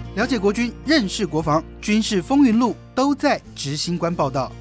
了解国军，认识国防，军事风云录都在执行官报道。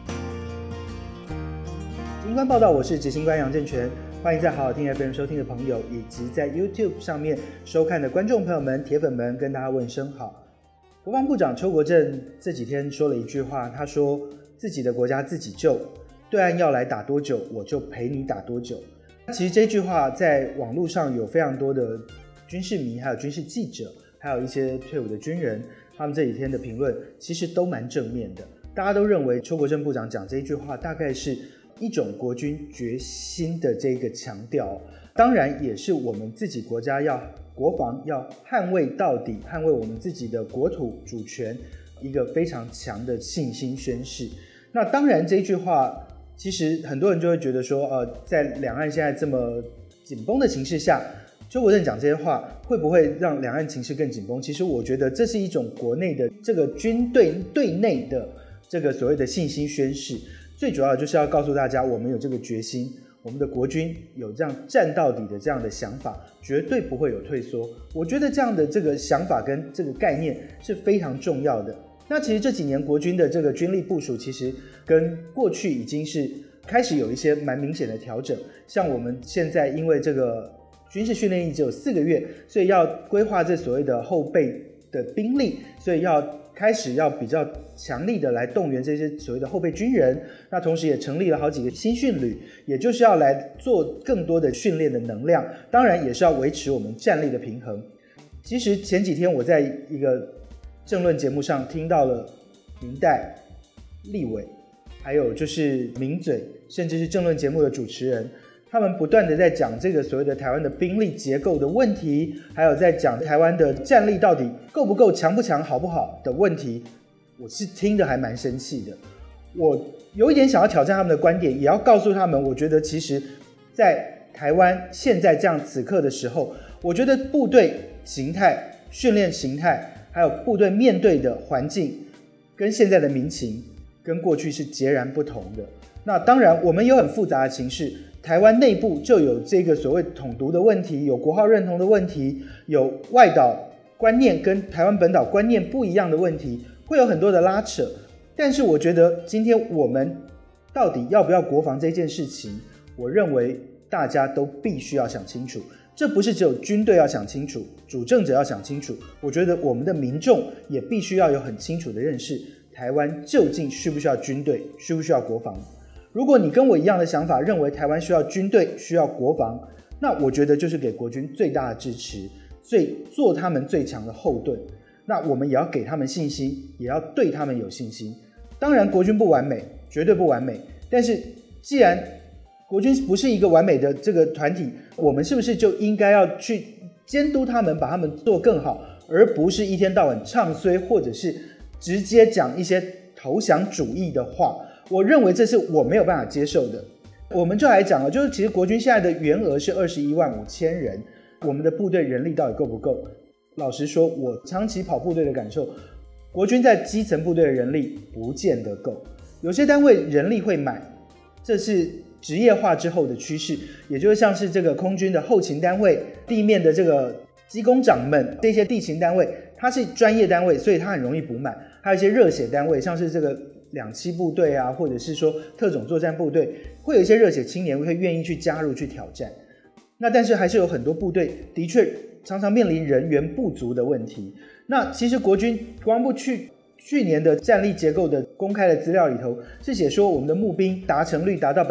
执行官报道，我是执行官杨正全，欢迎在好好听 FM 收听的朋友，以及在 YouTube 上面收看的观众朋友们、铁粉们，跟大家问声好。国防部长邱国正这几天说了一句话，他说自己的国家自己救，对岸要来打多久，我就陪你打多久。其实这句话在网络上有非常多的军事迷，还有军事记者，还有一些退伍的军人，他们这几天的评论其实都蛮正面的。大家都认为邱国正部长讲这一句话大概是一种国军决心的这个强调，当然也是我们自己国家要国防要捍卫到底，捍卫我们自己的国土主权一个非常强的信心宣示。那当然这一句话其实很多人就会觉得说在两岸现在这么紧绷的情势下，邱国正讲这些话会不会让两岸情势更紧绷？其实我觉得这是一种国内的这个军队对内的这个所谓的信心宣示，最主要的就是要告诉大家我们有这个决心，我们的国军有这样战到底的这样的想法，绝对不会有退缩。我觉得这样的这个想法跟这个概念是非常重要的。那其实这几年国军的这个军力部署其实跟过去已经是开始有一些蛮明显的调整，像我们现在因为这个军事训练役只有4个月，所以要规划这所谓的后备的兵力，所以开始要比较强力的来动员这些所谓的后备军人，那同时也成立了好几个新训旅，也就是要来做更多的训练的能量，当然也是要维持我们战力的平衡。其实前几天我在一个政论节目上听到了民代、立委，还有就是名嘴，甚至是政论节目的主持人，他们不断的在讲这个所谓的台湾的兵力结构的问题，还有在讲台湾的战力到底够不够、强不强、好不好的问题。我是听得还蛮生气的，我有一点想要挑战他们的观点，也要告诉他们，我觉得其实在台湾现在这样此刻的时候，我觉得部队形态、训练形态，还有部队面对的环境跟现在的民情跟过去是截然不同的。那当然我们有很复杂的情势，台湾内部就有这个所谓统独的问题，有国号认同的问题，有外岛观念跟台湾本岛观念不一样的问题，会有很多的拉扯。但是我觉得今天我们到底要不要国防这件事情，我认为大家都必须要想清楚，这不是只有军队要想清楚，主政者要想清楚，我觉得我们的民众也必须要有很清楚的认识，台湾究竟需不需要军队，需不需要国防。如果你跟我一样的想法，认为台湾需要军队，需要国防，那我觉得就是给国军最大的支持，做他们最强的后盾。那我们也要给他们信心，也要对他们有信心。当然国军不完美，绝对不完美，但是既然国军不是一个完美的这个团体，我们是不是就应该要去监督他们，把他们做更好，而不是一天到晚唱衰，或者是直接讲一些投降主义的话。我认为这是我没有办法接受的。我们就来讲了，就是其实国军现在的员额是215000人，我们的部队人力到底够不够？老实说，我长期跑部队的感受，国军在基层部队的人力不见得够，有些单位人力会满，这是职业化之后的趋势，也就是像是这个空军的后勤单位、地面的这个机工长们，这些地勤单位它是专业单位，所以它很容易补满。还有一些热血单位，像是这个2栖部队啊，或者是说特种作战部队，会有一些热血青年会愿意去加入去挑战。那但是还是有很多部队的确常常面临人员不足的问题。那其实国军国防部去年的战力结构的公开的资料里头是写说，我们的募兵达成率达到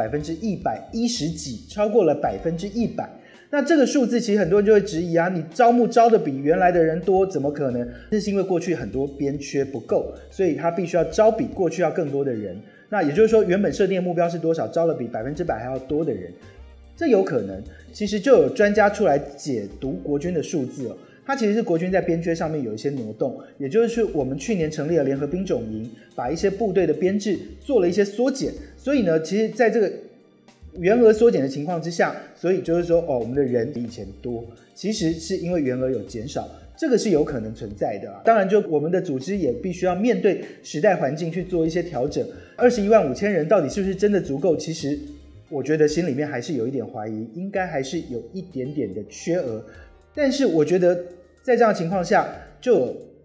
110几，超过了100%。那这个数字其实很多人就会质疑啊，你招募招的比原来的人多，怎么可能？这是因为过去很多编缺不够，所以他必须要招比过去要更多的人。那也就是说，原本设定的目标是多少，招了比100%还要多的人，这有可能。其实就有专家出来解读国军的数字哦，它其实是国军在编缺上面有一些挪动，也就是我们去年成立了联合兵种营，把一些部队的编制做了一些缩减，所以呢，其实在这个员额缩减的情况之下，所以就是说我们的人比以前多，其实是因为员额有减少，这个是有可能存在的。当然就我们的组织也必须要面对时代环境去做一些调整。215000人到底是不是真的足够，其实我觉得心里面还是有一点怀疑，应该还是有一点点的缺额。但是我觉得在这样的情况下，就有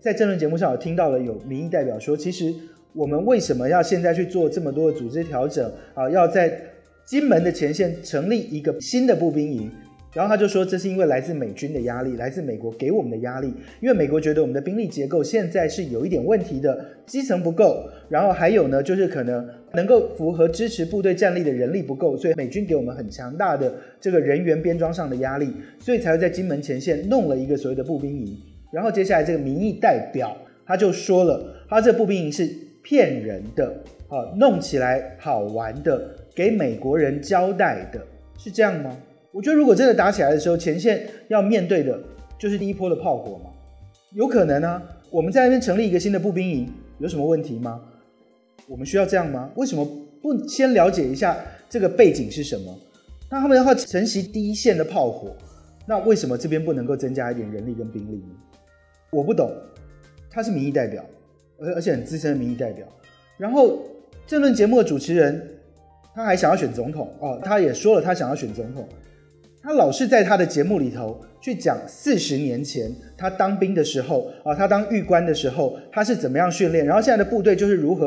在政论节目上有听到了有民意代表说，其实我们为什么要现在去做这么多的组织调整啊？要在金门的前线成立一个新的步兵营，然后他就说这是因为来自美军的压力，来自美国给我们的压力，因为美国觉得我们的兵力结构现在是有一点问题的，基层不够，然后还有呢就是可能能够符合支持部队战力的人力不够，所以美军给我们很强大的这个人员编装上的压力，所以才会在金门前线弄了一个所谓的步兵营。然后接下来这个民意代表他就说了，他这个步兵营是骗人的，弄起来好玩的，给美国人交代的，是这样吗？我觉得如果真的打起来的时候，前线要面对的就是第一波的炮火嘛，有可能啊。我们在那边成立一个新的步兵营，有什么问题吗？我们需要这样吗？为什么不先了解一下这个背景是什么？那他们要承袭第一线的炮火，那为什么这边不能够增加一点人力跟兵力呢？我不懂。他是民意代表，而且很资深的民意代表。然后政论节目的主持人，他还想要选总统哦，他也说了他想要选总统。他老是在他的节目里头去讲40年前他当兵的时候啊，他当狱官的时候他是怎么样训练，然后现在的部队就是如何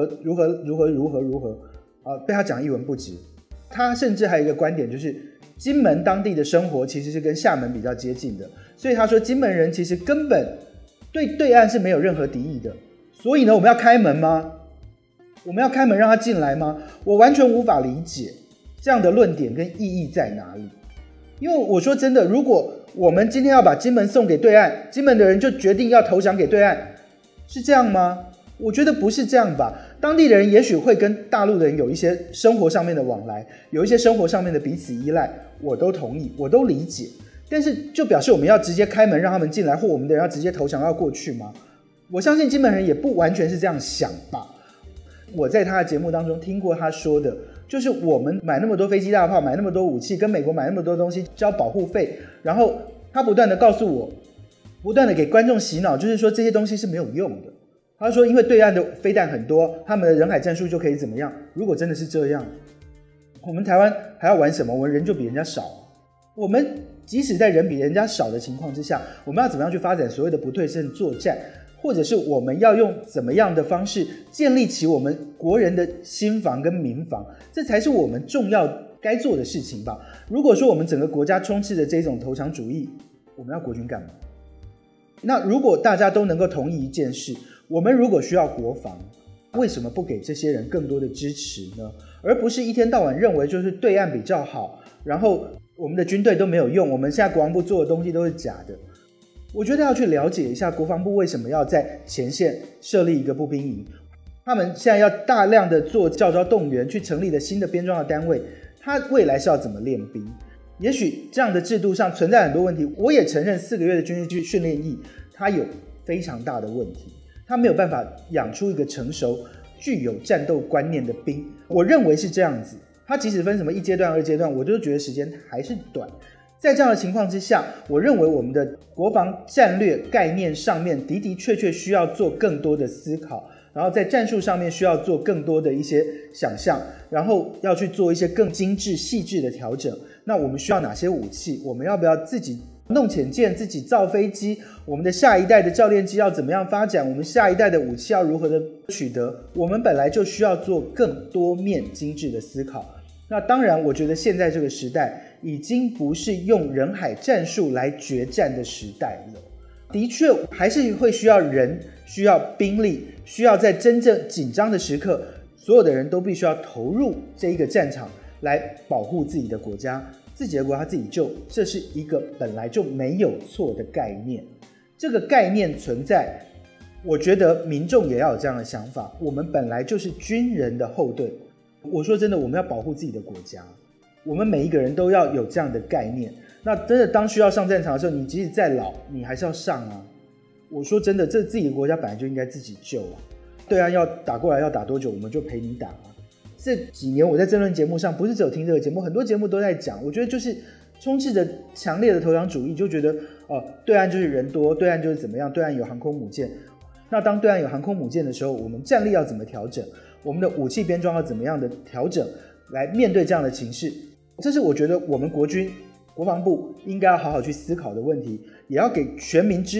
啊，被他讲一文不值。他甚至还有一个观点，就是金门当地的生活其实是跟厦门比较接近的，所以他说金门人其实根本对对岸是没有任何敌意的，所以呢，我们要开门吗？我们要开门让他进来吗？我完全无法理解这样的论点跟意义在哪里。因为我说真的，如果我们今天要把金门送给对岸，金门的人就决定要投降给对岸，是这样吗？我觉得不是这样吧。当地的人也许会跟大陆的人有一些生活上面的往来，有一些生活上面的彼此依赖，我都同意，我都理解。但是就表示我们要直接开门让他们进来，或我们的人要直接投降要过去吗？我相信金门人也不完全是这样想吧。我在他的节目当中听过他说的，就是我们买那么多飞机大炮，买那么多武器，跟美国买那么多东西交保护费，然后他不断的告诉我，不断的给观众洗脑，就是说这些东西是没有用的。他说因为对岸的飞弹很多，他们的人海战术就可以怎么样。如果真的是这样，我们台湾还要玩什么？我们人就比人家少。我们即使在人比人家少的情况之下，我们要怎么样去发展所谓的不对称作战，或者是我们要用怎么样的方式建立起我们国人的心防跟民防，这才是我们重要该做的事情吧。如果说我们整个国家充斥着这种投降主义，我们要国军干嘛？那如果大家都能够同意一件事，我们如果需要国防，为什么不给这些人更多的支持呢？而不是一天到晚认为就是对岸比较好，然后我们的军队都没有用，我们现在国防部做的东西都是假的。我觉得要去了解一下国防部为什么要在前线设立一个步兵营，他们现在要大量的做教招动员，去成立的新的编装的单位，他未来是要怎么练兵？也许这样的制度上存在很多问题，我也承认4个月的军事训练役它有非常大的问题，它没有办法养出一个成熟具有战斗观念的兵，我认为是这样子。它即使分什么1阶段2阶段，我就觉得时间还是短。在这样的情况之下，我认为我们的国防战略概念上面的确需要做更多的思考，然后在战术上面需要做更多的一些想象，然后要去做一些更精致细致的调整。那我们需要哪些武器？我们要不要自己弄潜舰，自己造飞机？我们的下一代的教练机要怎么样发展？我们下一代的武器要如何的取得？我们本来就需要做更多面精致的思考。那当然我觉得现在这个时代已经不是用人海战术来决战的时代了，的确还是会需要人，需要兵力，需要在真正紧张的时刻，所有的人都必须要投入这一个战场来保护自己的国家，自己的国家自己救，这是一个本来就没有错的概念。这个概念存在，我觉得民众也要有这样的想法，我们本来就是军人的后盾。我说真的，我们要保护自己的国家，我们每一个人都要有这样的概念。那真的当需要上战场的时候，你即使再老，你还是要上啊。我说真的，这自己的国家本来就应该自己救啊。对岸要打过来要打多久，我们就陪你打啊。这几年我在政论节目上，不是只有听这个节目，很多节目都在讲，我觉得就是充斥着强烈的投降主义，就觉得对岸就是人多，对岸就是怎么样，对岸有航空母舰。那当对岸有航空母舰的时候，我们战力要怎么调整？我们的武器编装要怎么样的调整来面对这样的情势？这是我觉得我们国军国防部应该要好好去思考的问题，也要给全民知道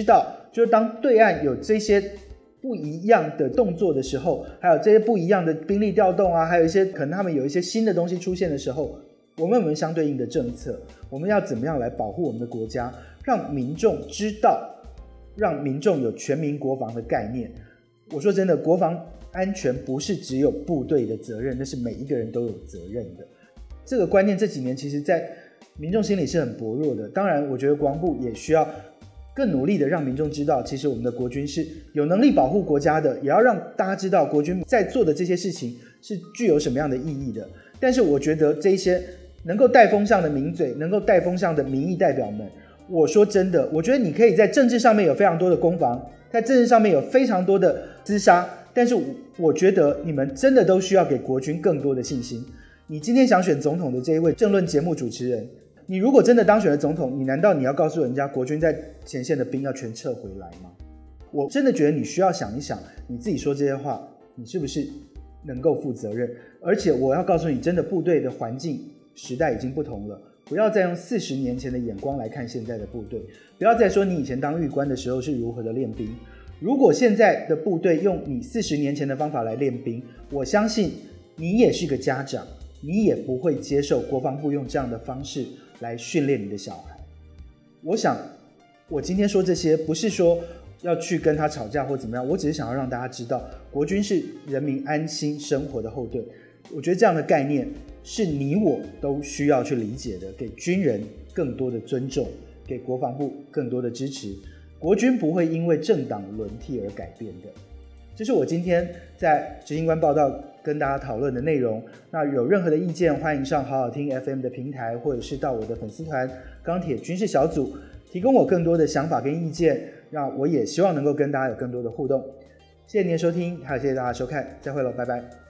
就是当对岸有这些不一样的动作的时候，还有这些不一样的兵力调动啊，还有一些可能他们有一些新的东西出现的时候，我们有没有相对应的政策？我们要怎么样来保护我们的国家，让民众知道，让民众有全民国防的概念？我说真的，国防安全不是只有部队的责任，那是每一个人都有责任的。这个观念这几年其实在民众心里是很薄弱的。当然我觉得国防部也需要更努力的让民众知道，其实我们的国军是有能力保护国家的，也要让大家知道国军在做的这些事情是具有什么样的意义的。但是我觉得这些能够带风向的名嘴，能够带风向的民意代表们，我说真的，我觉得你可以在政治上面有非常多的攻防，在政治上面有非常多的厮杀，但是我觉得你们真的都需要给国军更多的信心。你今天想选总统的这一位政论节目主持人，你如果真的当选了总统，你难道你要告诉人家国军在前线的兵要全撤回来吗？我真的觉得你需要想一想，你自己说这些话，你是不是能够负责任？而且我要告诉你，真的部队的环境时代已经不同了，不要再用40年前的眼光来看现在的部队，不要再说你以前当狱官的时候是如何的练兵。如果现在的部队用你40年前的方法来练兵，我相信你也是个家长，你也不会接受国防部用这样的方式来训练你的小孩。我想我今天说这些不是说要去跟他吵架或怎么样，我只是想要让大家知道，国军是人民安心生活的后盾。我觉得这样的概念是你我都需要去理解的，给军人更多的尊重，给国防部更多的支持。国军不会因为政党轮替而改变的。这是我今天在执行官报道跟大家讨论的内容。那有任何的意见，欢迎上好好听 FM 的平台，或者是到我的粉丝团钢铁军事小组，提供我更多的想法跟意见，让我也希望能够跟大家有更多的互动。谢谢您的收听，还有谢谢大家的收看，再会了，拜拜。